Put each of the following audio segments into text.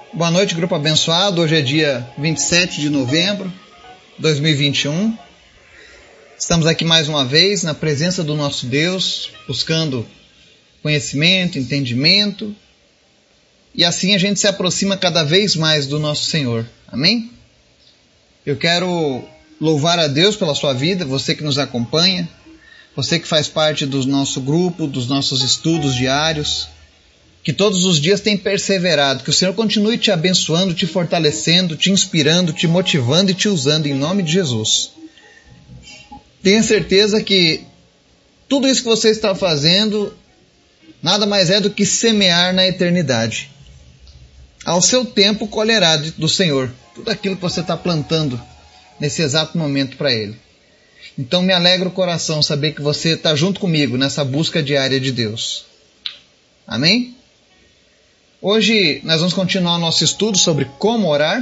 Boa noite, grupo abençoado. Hoje é dia 27 de novembro de 2021. Estamos aqui mais uma vez na presença do nosso Deus, buscando conhecimento, entendimento, e assim a gente se aproxima cada vez mais do nosso Senhor. Amém? Eu quero louvar a Deus pela sua vida, você que nos acompanha, você que faz parte do nosso grupo, dos nossos estudos diários, que todos os dias tem perseverado, que o Senhor continue te abençoando, te fortalecendo, te inspirando, te motivando e te usando em nome de Jesus. Tenha certeza que tudo isso que você está fazendo nada mais é do que semear na eternidade. Ao seu tempo colherá do Senhor tudo aquilo que você está plantando nesse exato momento para Ele. Então me alegra o coração saber que você está junto comigo nessa busca diária de Deus. Amém? Hoje nós vamos continuar nosso estudo sobre como orar.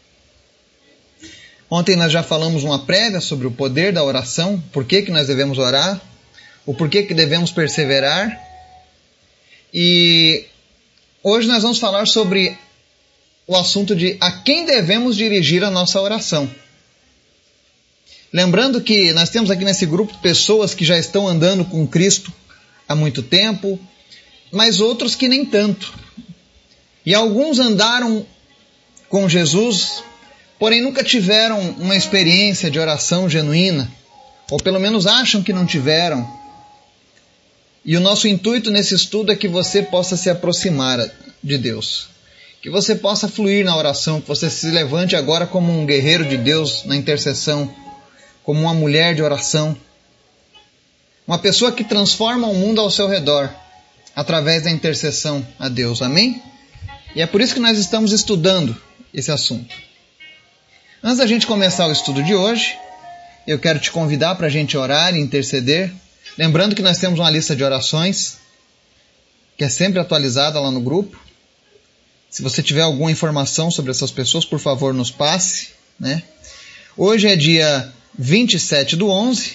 Ontem nós já falamos uma prévia sobre o poder da oração, por que nós devemos orar, o porquê que devemos perseverar. E hoje nós vamos falar sobre o assunto de a quem devemos dirigir a nossa oração. Lembrando que nós temos aqui nesse grupo pessoas que já estão andando com Cristo há muito tempo, mas outros que nem tanto. E alguns andaram com Jesus, porém nunca tiveram uma experiência de oração genuína, ou pelo menos acham que não tiveram. E o nosso intuito nesse estudo é que você possa se aproximar de Deus, que você possa fluir na oração, que você se levante agora como um guerreiro de Deus na intercessão, como uma mulher de oração, uma pessoa que transforma o mundo ao seu redor, através da intercessão a Deus. Amém? E é por isso que nós estamos estudando esse assunto. Antes da gente começar o estudo de hoje, eu quero te convidar para a gente orar e interceder. Lembrando que nós temos uma lista de orações, que é sempre atualizada lá no grupo. Se você tiver alguma informação sobre essas pessoas, por favor, nos passe, né? Hoje é dia 27/11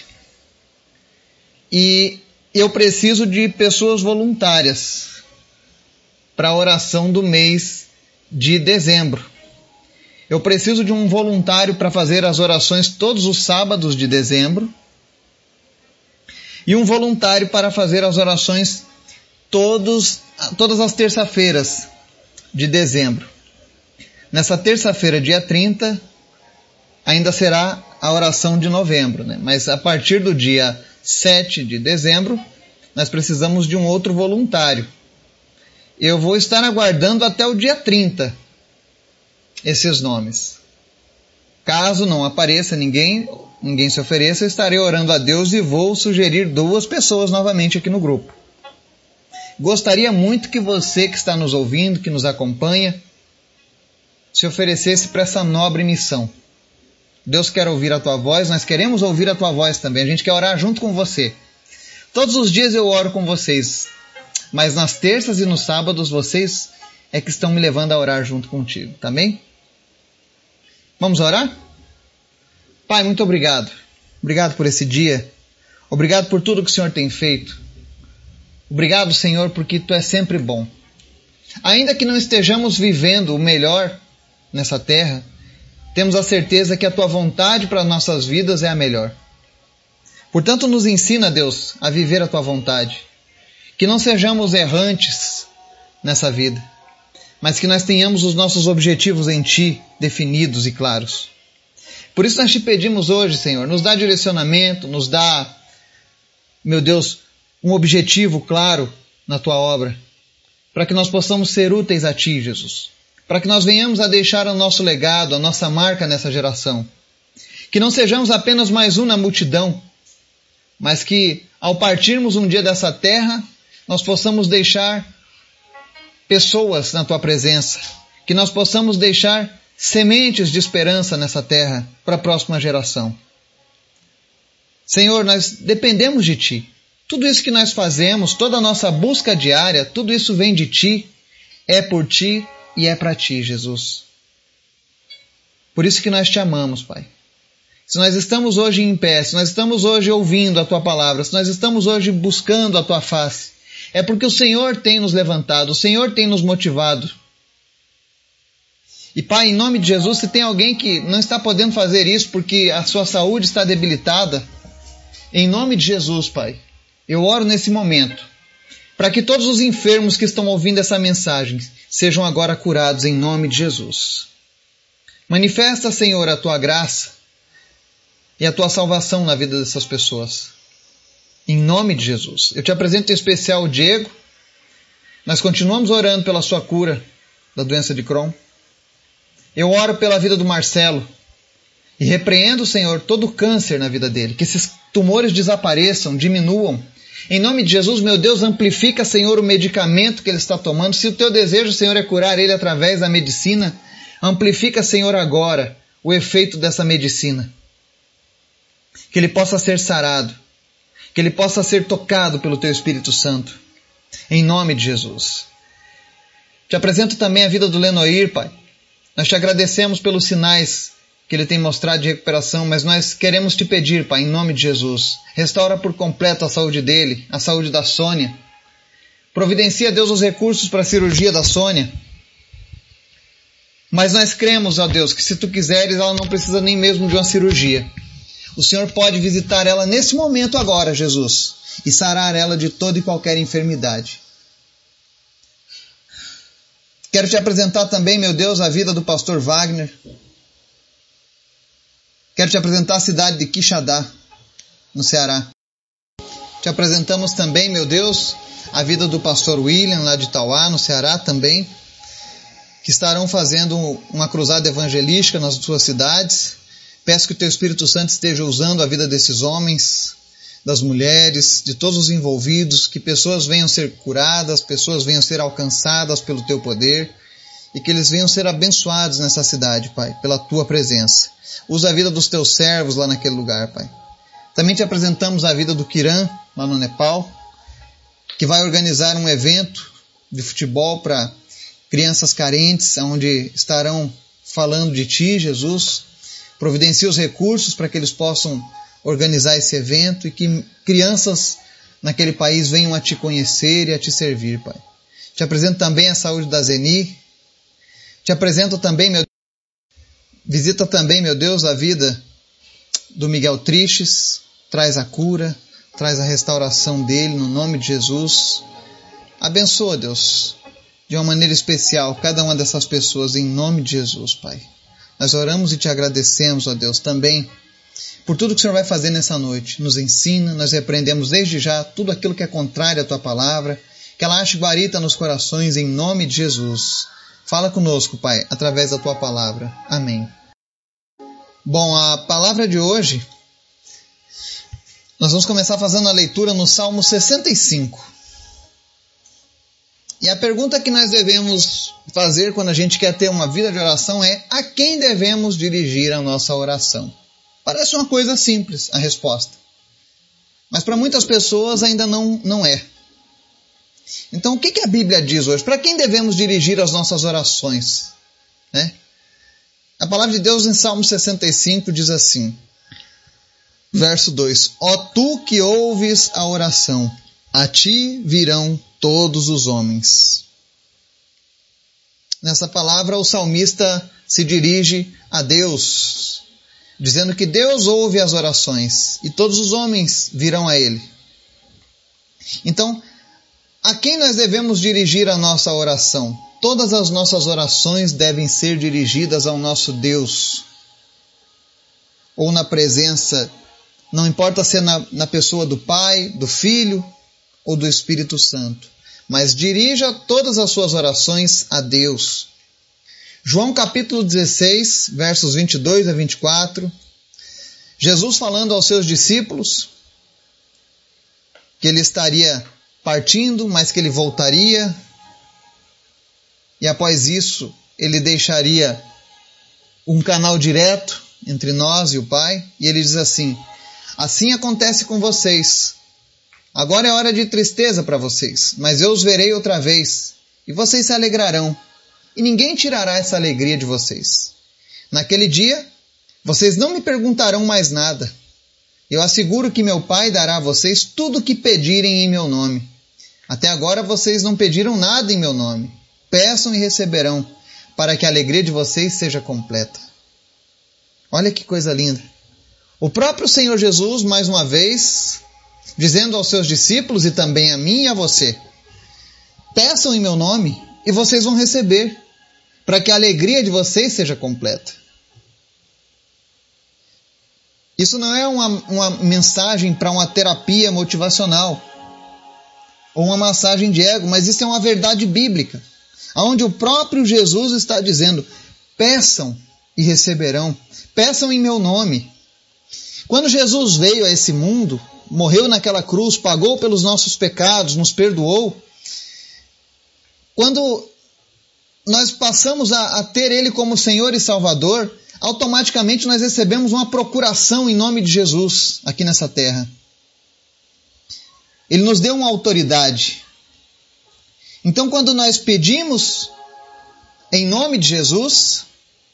e eu preciso de pessoas voluntárias para a oração do mês de dezembro. Eu preciso de um voluntário para fazer as orações todos os sábados de dezembro e um voluntário para fazer as orações todas as terça-feiras de dezembro. Nessa terça-feira, dia 30, ainda será a oração de novembro, né? Mas a partir do dia 7 de dezembro, nós precisamos de um outro voluntário. Eu vou estar aguardando até o dia 30 esses nomes. Caso não apareça ninguém se ofereça, eu estarei orando a Deus e vou sugerir 2 pessoas novamente aqui no grupo. Gostaria muito que você que está nos ouvindo, que nos acompanha, se oferecesse para essa nobre missão. Deus quer ouvir a tua voz, nós queremos ouvir a tua voz também. A gente quer orar junto com você. Todos os dias eu oro com vocês, mas nas terças e nos sábados vocês é que estão me levando a orar junto contigo, tá bem? Vamos orar? Pai, muito obrigado. Obrigado por esse dia. Obrigado por tudo que o Senhor tem feito. Obrigado, Senhor, porque Tu és sempre bom. Ainda que não estejamos vivendo o melhor nessa terra, temos a certeza que a Tua vontade para nossas vidas é a melhor. Portanto, nos ensina, Deus, a viver a Tua vontade. Que não sejamos errantes nessa vida, mas que nós tenhamos os nossos objetivos em Ti definidos e claros. Por isso nós Te pedimos hoje, Senhor, nos dá direcionamento, nos dá, meu Deus, um objetivo claro na Tua obra, para que nós possamos ser úteis a Ti, Jesus. Para que nós venhamos a deixar o nosso legado, a nossa marca nessa geração. Que não sejamos apenas mais um na multidão, mas que ao partirmos um dia dessa terra, nós possamos deixar pessoas na Tua presença, que nós possamos deixar sementes de esperança nessa terra para a próxima geração. Senhor, nós dependemos de Ti. Tudo isso que nós fazemos, toda a nossa busca diária, tudo isso vem de Ti, é por Ti e é para Ti, Jesus. Por isso que nós Te amamos, Pai. Se nós estamos hoje em pé, se nós estamos hoje ouvindo a Tua palavra, se nós estamos hoje buscando a Tua face, é porque o Senhor tem nos levantado, o Senhor tem nos motivado. E Pai, em nome de Jesus, se tem alguém que não está podendo fazer isso porque a sua saúde está debilitada, em nome de Jesus, Pai, eu oro nesse momento para que todos os enfermos que estão ouvindo essa mensagem sejam agora curados em nome de Jesus. Manifesta, Senhor, a tua graça e a tua salvação na vida dessas pessoas. Em nome de Jesus. Eu te apresento em especial o Diego. Nós continuamos orando pela sua cura da doença de Crohn. Eu oro pela vida do Marcelo e repreendo, Senhor, todo o câncer na vida dele. Que esses tumores desapareçam, diminuam. Em nome de Jesus, meu Deus, amplifica, Senhor, o medicamento que ele está tomando. Se o teu desejo, Senhor, é curar ele através da medicina, amplifica, Senhor, agora o efeito dessa medicina. Que ele possa ser sarado. Que ele possa ser tocado pelo teu Espírito Santo. Em nome de Jesus. Te apresento também a vida do Lenoir, Pai. Nós te agradecemos pelos sinais que ele tem mostrado de recuperação, mas nós queremos te pedir, Pai, em nome de Jesus, restaura por completo a saúde dele, a saúde da Sônia. Providencia, Deus, os recursos para a cirurgia da Sônia. Mas nós cremos, ó Deus, que se tu quiseres, ela não precisa nem mesmo de uma cirurgia. O Senhor pode visitar ela nesse momento agora, Jesus, e sarar ela de toda e qualquer enfermidade. Quero te apresentar também, meu Deus, a vida do pastor Wagner. Quero te apresentar a cidade de Quixadá, no Ceará. Te apresentamos também, meu Deus, a vida do pastor William, lá de Itauá, no Ceará também, que estarão fazendo uma cruzada evangelística nas suas cidades. Peço que o teu Espírito Santo esteja usando a vida desses homens, das mulheres, de todos os envolvidos, que pessoas venham ser curadas, pessoas venham ser alcançadas pelo teu poder e que eles venham ser abençoados nessa cidade, Pai, pela tua presença. Usa a vida dos teus servos lá naquele lugar, Pai. Também te apresentamos a vida do Kiran, lá no Nepal, que vai organizar um evento de futebol para crianças carentes, onde estarão falando de ti, Jesus. Providencia os recursos para que eles possam organizar esse evento e que crianças naquele país venham a te conhecer e a te servir, Pai. Te apresento também a saúde da Zeni. Te apresento também, visita também, meu Deus, a vida do Miguel Triches. Traz a cura, traz a restauração dele no nome de Jesus. Abençoa, Deus, de uma maneira especial cada uma dessas pessoas em nome de Jesus, Pai. Nós oramos e te agradecemos, ó Deus, também por tudo que o Senhor vai fazer nessa noite. Nos ensina, nós repreendemos desde já tudo aquilo que é contrário à tua palavra, que ela ache guarita nos corações em nome de Jesus. Fala conosco, Pai, através da tua palavra. Amém. Bom, a palavra de hoje, nós vamos começar fazendo a leitura no Salmo 65. E a pergunta que nós devemos fazer quando a gente quer ter uma vida de oração é: a quem devemos dirigir a nossa oração? Parece uma coisa simples a resposta, mas para muitas pessoas ainda não é. Então o que a Bíblia diz hoje? Para quem devemos dirigir as nossas orações? A palavra de Deus em Salmo 65 diz assim, verso 2: Ó tu que ouves a oração, a ti virão todos os homens. Nessa palavra o salmista se dirige a Deus, dizendo que Deus ouve as orações e todos os homens virão a Ele. Então, a quem nós devemos dirigir a nossa oração? Todas as nossas orações devem ser dirigidas ao nosso Deus, ou na presença, não importa se é na pessoa do Pai, do Filho ou do Espírito Santo, mas dirija todas as suas orações a Deus. João capítulo 16, versos 22 a 24, Jesus falando aos seus discípulos que ele estaria partindo, mas que ele voltaria, e após isso ele deixaria um canal direto entre nós e o Pai, e ele diz assim: assim acontece com vocês. Agora é hora de tristeza para vocês, mas eu os verei outra vez, e vocês se alegrarão, e ninguém tirará essa alegria de vocês. Naquele dia, vocês não me perguntarão mais nada. Eu asseguro que meu Pai dará a vocês tudo o que pedirem em meu nome. Até agora vocês não pediram nada em meu nome. Peçam e receberão, para que a alegria de vocês seja completa. Olha que coisa linda. O próprio Senhor Jesus, mais uma vez, dizendo aos seus discípulos e também a mim e a você: peçam em meu nome e vocês vão receber, para que a alegria de vocês seja completa. Isso não é uma mensagem para uma terapia motivacional ou uma massagem de ego, mas isso é uma verdade bíblica, onde o próprio Jesus está dizendo: peçam e receberão, peçam em meu nome. Quando Jesus veio a esse mundo, morreu naquela cruz, pagou pelos nossos pecados, nos perdoou, quando nós passamos a ter Ele como Senhor e Salvador, automaticamente nós recebemos uma procuração em nome de Jesus aqui nessa terra. Ele nos deu uma autoridade. Então, quando nós pedimos em nome de Jesus,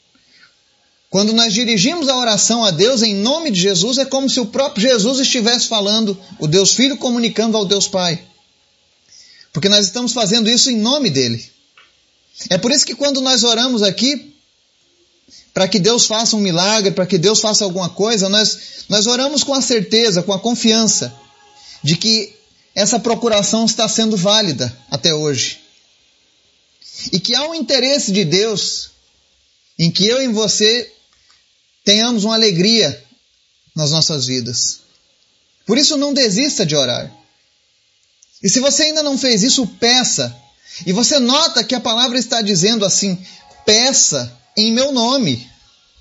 quando nós dirigimos a oração a Deus em nome de Jesus, é como se o próprio Jesus estivesse falando, o Deus Filho comunicando ao Deus Pai. Porque nós estamos fazendo isso em nome dele. É por isso que quando nós oramos aqui, para que Deus faça um milagre, para que Deus faça alguma coisa, nós oramos com a certeza, com a confiança de que essa procuração está sendo válida até hoje. E que há um interesse de Deus em que eu e você tenhamos uma alegria nas nossas vidas. Por isso, não desista de orar. E se você ainda não fez isso, peça. E você nota que a palavra está dizendo assim: peça em meu nome.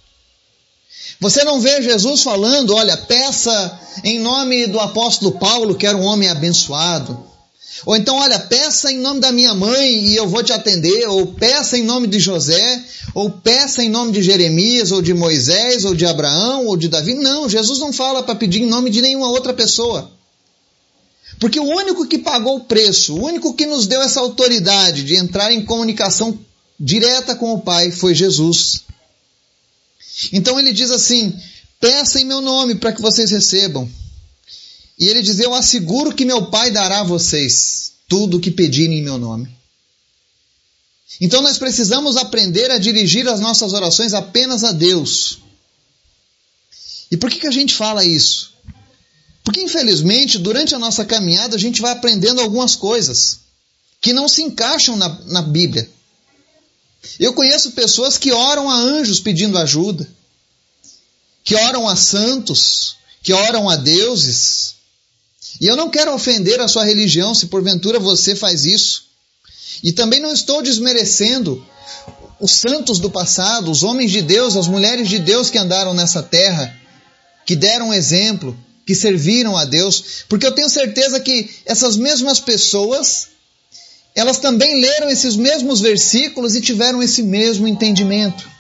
Você não vê Jesus falando: olha, peça em nome do apóstolo Paulo, que era um homem abençoado. Ou então, olha, peça em nome da minha mãe e eu vou te atender. Ou peça em nome de José. Ou peça em nome de Jeremias, ou de Moisés, ou de Abraão, ou de Davi. Não, Jesus não fala para pedir em nome de nenhuma outra pessoa. Porque o único que pagou o preço, o único que nos deu essa autoridade de entrar em comunicação direta com o Pai foi Jesus. Então ele diz assim: peça em meu nome para que vocês recebam. E ele diz: eu asseguro que meu Pai dará a vocês tudo o que pedirem em meu nome. Então nós precisamos aprender a dirigir as nossas orações apenas a Deus. E por que a gente fala isso? Porque infelizmente durante a nossa caminhada a gente vai aprendendo algumas coisas que não se encaixam na Bíblia. Eu conheço pessoas que oram a anjos pedindo ajuda, que oram a santos, que oram a deuses. E eu não quero ofender a sua religião se porventura você faz isso. E também não estou desmerecendo os santos do passado, os homens de Deus, as mulheres de Deus que andaram nessa terra, que deram exemplo, que serviram a Deus, porque eu tenho certeza que essas mesmas pessoas, elas também leram esses mesmos versículos e tiveram esse mesmo entendimento.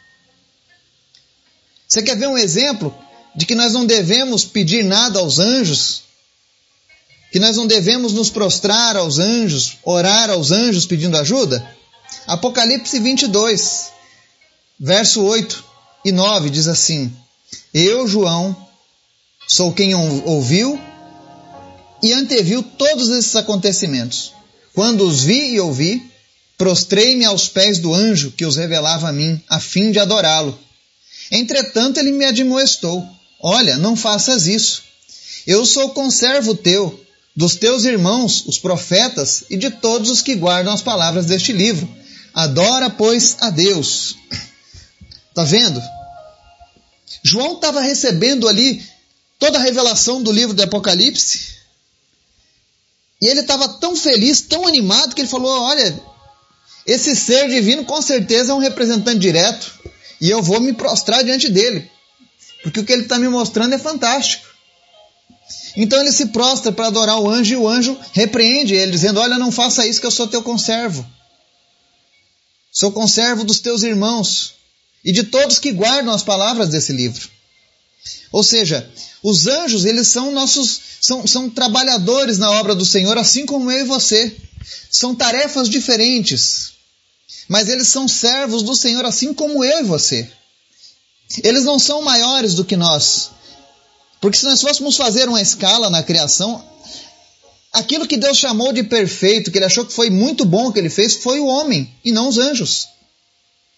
Você quer ver um exemplo de que nós não devemos pedir nada aos anjos? Que nós não devemos nos prostrar aos anjos, orar aos anjos pedindo ajuda? Apocalipse 22, verso 8 e 9 diz assim: eu, João, sou quem ouviu e anteviu todos esses acontecimentos. Quando os vi e ouvi, prostrei-me aos pés do anjo que os revelava a mim, a fim de adorá-lo. Entretanto, ele me admoestou: olha, não faças isso. Eu sou conservo teu, dos teus irmãos, os profetas, e de todos os que guardam as palavras deste livro. Adora, pois, a Deus. Está vendo? João estava recebendo ali toda a revelação do livro do Apocalipse. E ele estava tão feliz, tão animado, que ele falou: olha, esse ser divino com certeza é um representante direto. E eu vou me prostrar diante dele. Porque o que ele está me mostrando é fantástico. Então ele se prostra para adorar o anjo, e o anjo repreende ele, dizendo: olha, não faça isso, que eu sou teu conservo. Sou conservo dos teus irmãos e de todos que guardam as palavras desse livro. Ou seja, os anjos, eles são trabalhadores na obra do Senhor, assim como eu e você. São tarefas diferentes, mas eles são servos do Senhor, assim como eu e você. Eles não são maiores do que nós. Porque se nós fôssemos fazer uma escala na criação, aquilo que Deus chamou de perfeito, que ele achou que foi muito bom o que ele fez, foi o homem e não os anjos.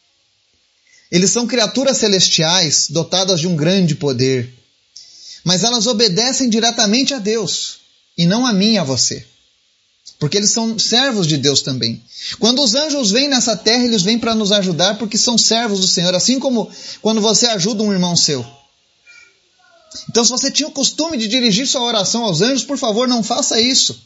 Eles são criaturas celestiais dotadas de um grande poder, mas elas obedecem diretamente a Deus e não a mim e a você, porque eles são servos de Deus também. Quando os anjos vêm nessa terra, eles vêm para nos ajudar porque são servos do Senhor, assim como quando você ajuda um irmão seu. Então, se você tinha o costume de dirigir sua oração aos anjos, por favor, não faça isso.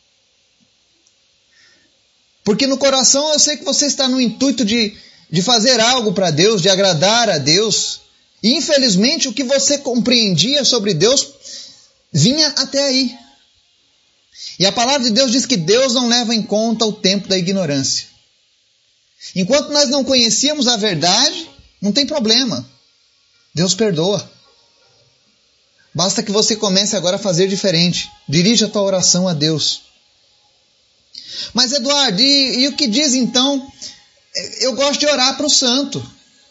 Porque no coração eu sei que você está no intuito de fazer algo para Deus, de agradar a Deus. E infelizmente o que você compreendia sobre Deus vinha até aí. E a palavra de Deus diz que Deus não leva em conta o tempo da ignorância. Enquanto nós não conhecíamos a verdade, não tem problema. Deus perdoa. Basta que você comece agora a fazer diferente. Dirija a tua oração a Deus. Mas Eduardo, e o que diz então? Eu gosto de orar para o santo.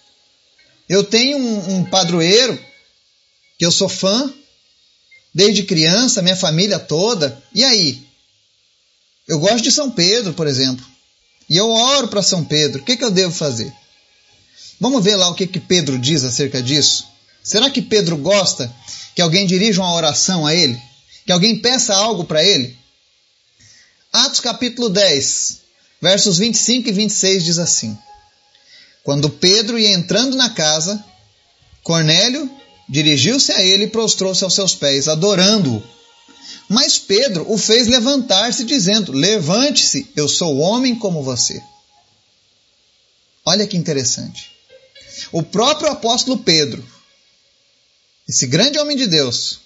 Eu tenho um padroeiro que eu sou fã, desde criança, minha família toda. E aí? Eu gosto de São Pedro, por exemplo. E eu oro para São Pedro. O que eu devo fazer? Vamos ver lá o que Pedro diz acerca disso. Será que Pedro gosta que alguém dirija uma oração a ele? Que alguém peça algo para ele? Atos capítulo 10, versos 25 e 26 diz assim: Quando Pedro ia entrando na casa, Cornélio dirigiu-se a ele e prostrou-se aos seus pés, adorando-o. Mas Pedro o fez levantar-se, dizendo: Levante-se, eu sou homem como você. Olha que interessante. O próprio apóstolo Pedro, esse grande homem de Deus,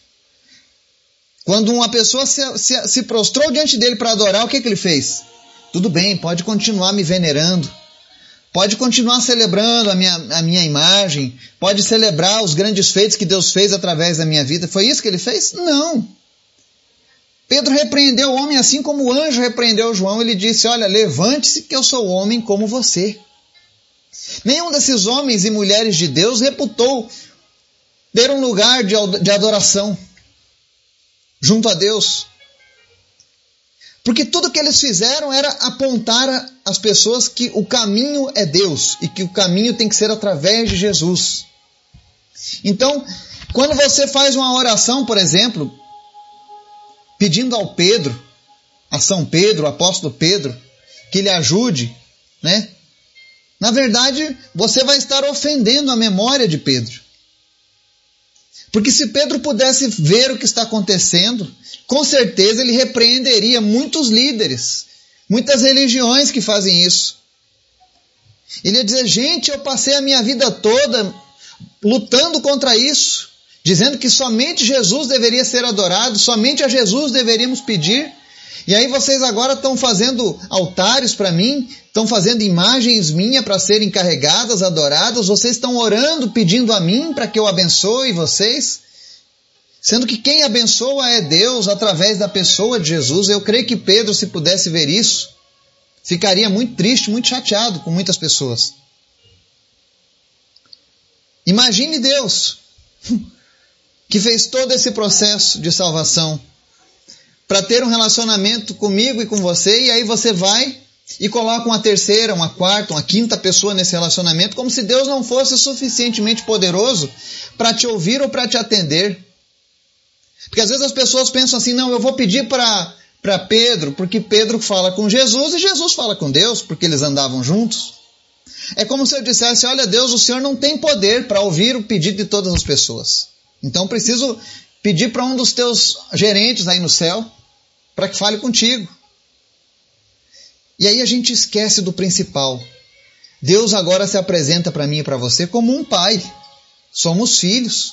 quando uma pessoa se prostrou diante dele para adorar, o que ele fez? Tudo bem, pode continuar me venerando, pode continuar celebrando a minha imagem, pode celebrar os grandes feitos que Deus fez através da minha vida. Foi isso que ele fez? Não. Pedro repreendeu o homem assim como o anjo repreendeu João. Ele disse: olha, levante-se que eu sou homem como você. Nenhum desses homens e mulheres de Deus reputou ter um lugar de adoração junto a Deus. Porque tudo que eles fizeram era apontar às pessoas que o caminho é Deus e que o caminho tem que ser através de Jesus. Então, quando você faz uma oração, por exemplo, pedindo ao Pedro, a São Pedro, o apóstolo Pedro, que lhe ajude, né? Na verdade, você vai estar ofendendo a memória de Pedro. Porque se Pedro pudesse ver o que está acontecendo, com certeza ele repreenderia muitos líderes, muitas religiões que fazem isso. Ele ia dizer: gente, eu passei a minha vida toda lutando contra isso, dizendo que somente Jesus deveria ser adorado, somente a Jesus deveríamos pedir. E aí vocês agora estão fazendo altares para mim, estão fazendo imagens minhas para serem carregadas, adoradas, vocês estão orando, pedindo a mim para que eu abençoe vocês, sendo que quem abençoa é Deus através da pessoa de Jesus. Eu creio que Pedro, se pudesse ver isso, ficaria muito triste, muito chateado com muitas pessoas. Imagine Deus, que fez todo esse processo de salvação, para ter um relacionamento comigo e com você, e aí você vai e coloca uma terceira, uma quarta, uma quinta pessoa nesse relacionamento, como se Deus não fosse suficientemente poderoso para te ouvir ou para te atender. Porque às vezes as pessoas pensam assim: não, eu vou pedir para Pedro, porque Pedro fala com Jesus e Jesus fala com Deus, porque eles andavam juntos. É como se eu dissesse: olha, Deus, o Senhor não tem poder para ouvir o pedido de todas as pessoas. Então preciso pedir para um dos teus gerentes aí no céu para que fale contigo. E aí a gente esquece do principal. Deus agora se apresenta para mim e para você como um pai. Somos filhos.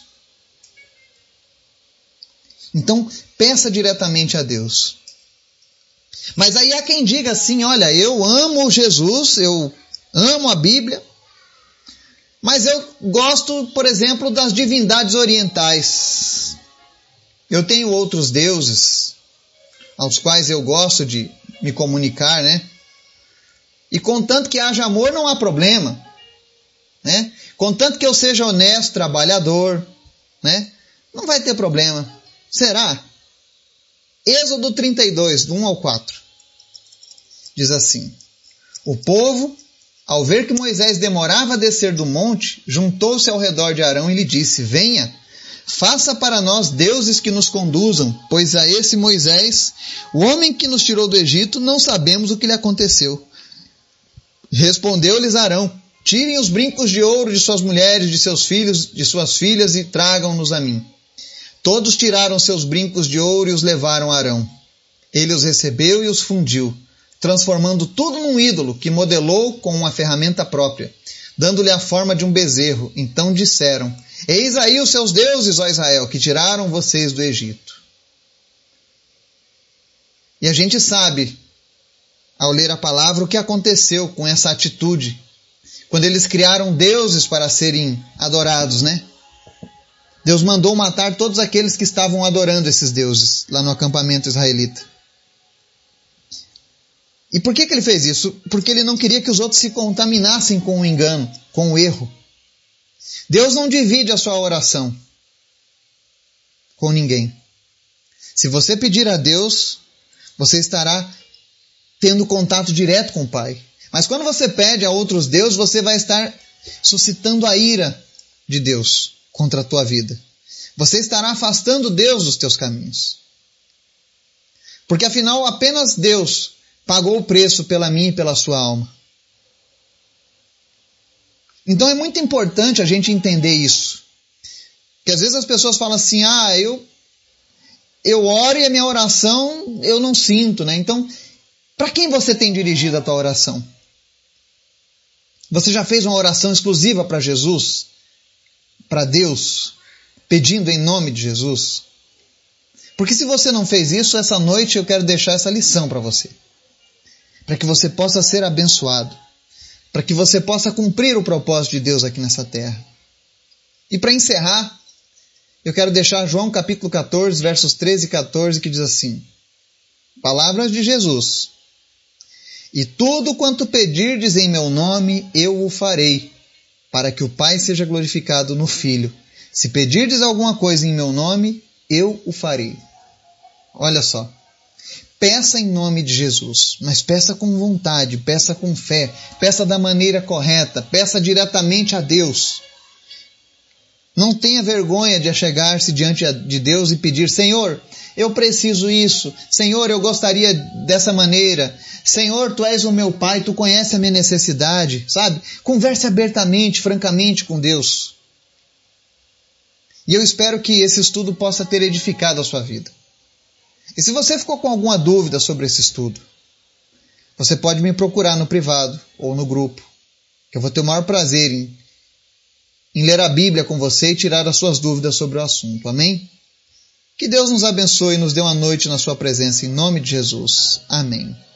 Então, peça diretamente a Deus. Mas aí há quem diga assim: olha, eu amo Jesus, eu amo a Bíblia, mas eu gosto, por exemplo, das divindades orientais. Eu tenho outros deuses aos quais eu gosto de me comunicar, né? E contanto que haja amor, não há problema, né? Contanto que eu seja honesto, trabalhador, né? Não vai ter problema. Será? Êxodo 32, do 1 ao 4. Diz assim: o povo ao ver que Moisés demorava a descer do monte, juntou-se ao redor de Arão e lhe disse: venha, faça para nós deuses que nos conduzam, pois a esse Moisés, o homem que nos tirou do Egito, não sabemos o que lhe aconteceu. Respondeu-lhes Arão: tirem os brincos de ouro de suas mulheres, de seus filhos, de suas filhas e tragam-nos a mim. Todos tiraram seus brincos de ouro e os levaram a Arão. Ele os recebeu e os fundiu, transformando tudo num ídolo que modelou com uma ferramenta própria, dando-lhe a forma de um bezerro. Então disseram: eis aí os seus deuses, ó Israel, que tiraram vocês do Egito. E a gente sabe, ao ler a palavra, o que aconteceu com essa atitude, quando eles criaram deuses para serem adorados, né? Deus mandou matar todos aqueles que estavam adorando esses deuses lá no acampamento israelita. E por que ele fez isso? Porque ele não queria que os outros se contaminassem com o engano, com o erro. Deus não divide a sua oração com ninguém. Se você pedir a Deus, você estará tendo contato direto com o Pai. Mas quando você pede a outros deuses, você vai estar suscitando a ira de Deus contra a tua vida. Você estará afastando Deus dos teus caminhos. Porque afinal, apenas Deus pagou o preço pela minha e pela sua alma. Então é muito importante a gente entender isso. Porque às vezes as pessoas falam assim: eu oro e a minha oração eu não sinto, né? Então, para quem você tem dirigido a tua oração? Você já fez uma oração exclusiva para Jesus? Para Deus? Pedindo em nome de Jesus? Porque se você não fez isso, essa noite eu quero deixar essa lição para você. Para que você possa ser abençoado. Para que você possa cumprir o propósito de Deus aqui nessa terra. E para encerrar, eu quero deixar João capítulo 14, versos 13 e 14, que diz assim: palavras de Jesus: e tudo quanto pedirdes em meu nome, eu o farei, para que o Pai seja glorificado no Filho. Se pedirdes alguma coisa em meu nome, eu o farei. Olha só. Peça em nome de Jesus, mas peça com vontade, peça com fé, peça da maneira correta, peça diretamente a Deus. Não tenha vergonha de achegar-se diante de Deus e pedir: Senhor, eu preciso isso. Senhor, eu gostaria dessa maneira. Senhor, Tu és o meu Pai, Tu conheces a minha necessidade, sabe? Converse abertamente, francamente com Deus. E eu espero que esse estudo possa ter edificado a sua vida. E se você ficou com alguma dúvida sobre esse estudo, você pode me procurar no privado ou no grupo, que eu vou ter o maior prazer em ler a Bíblia com você e tirar as suas dúvidas sobre o assunto. Amém? Que Deus nos abençoe e nos dê uma noite na sua presença, em nome de Jesus. Amém.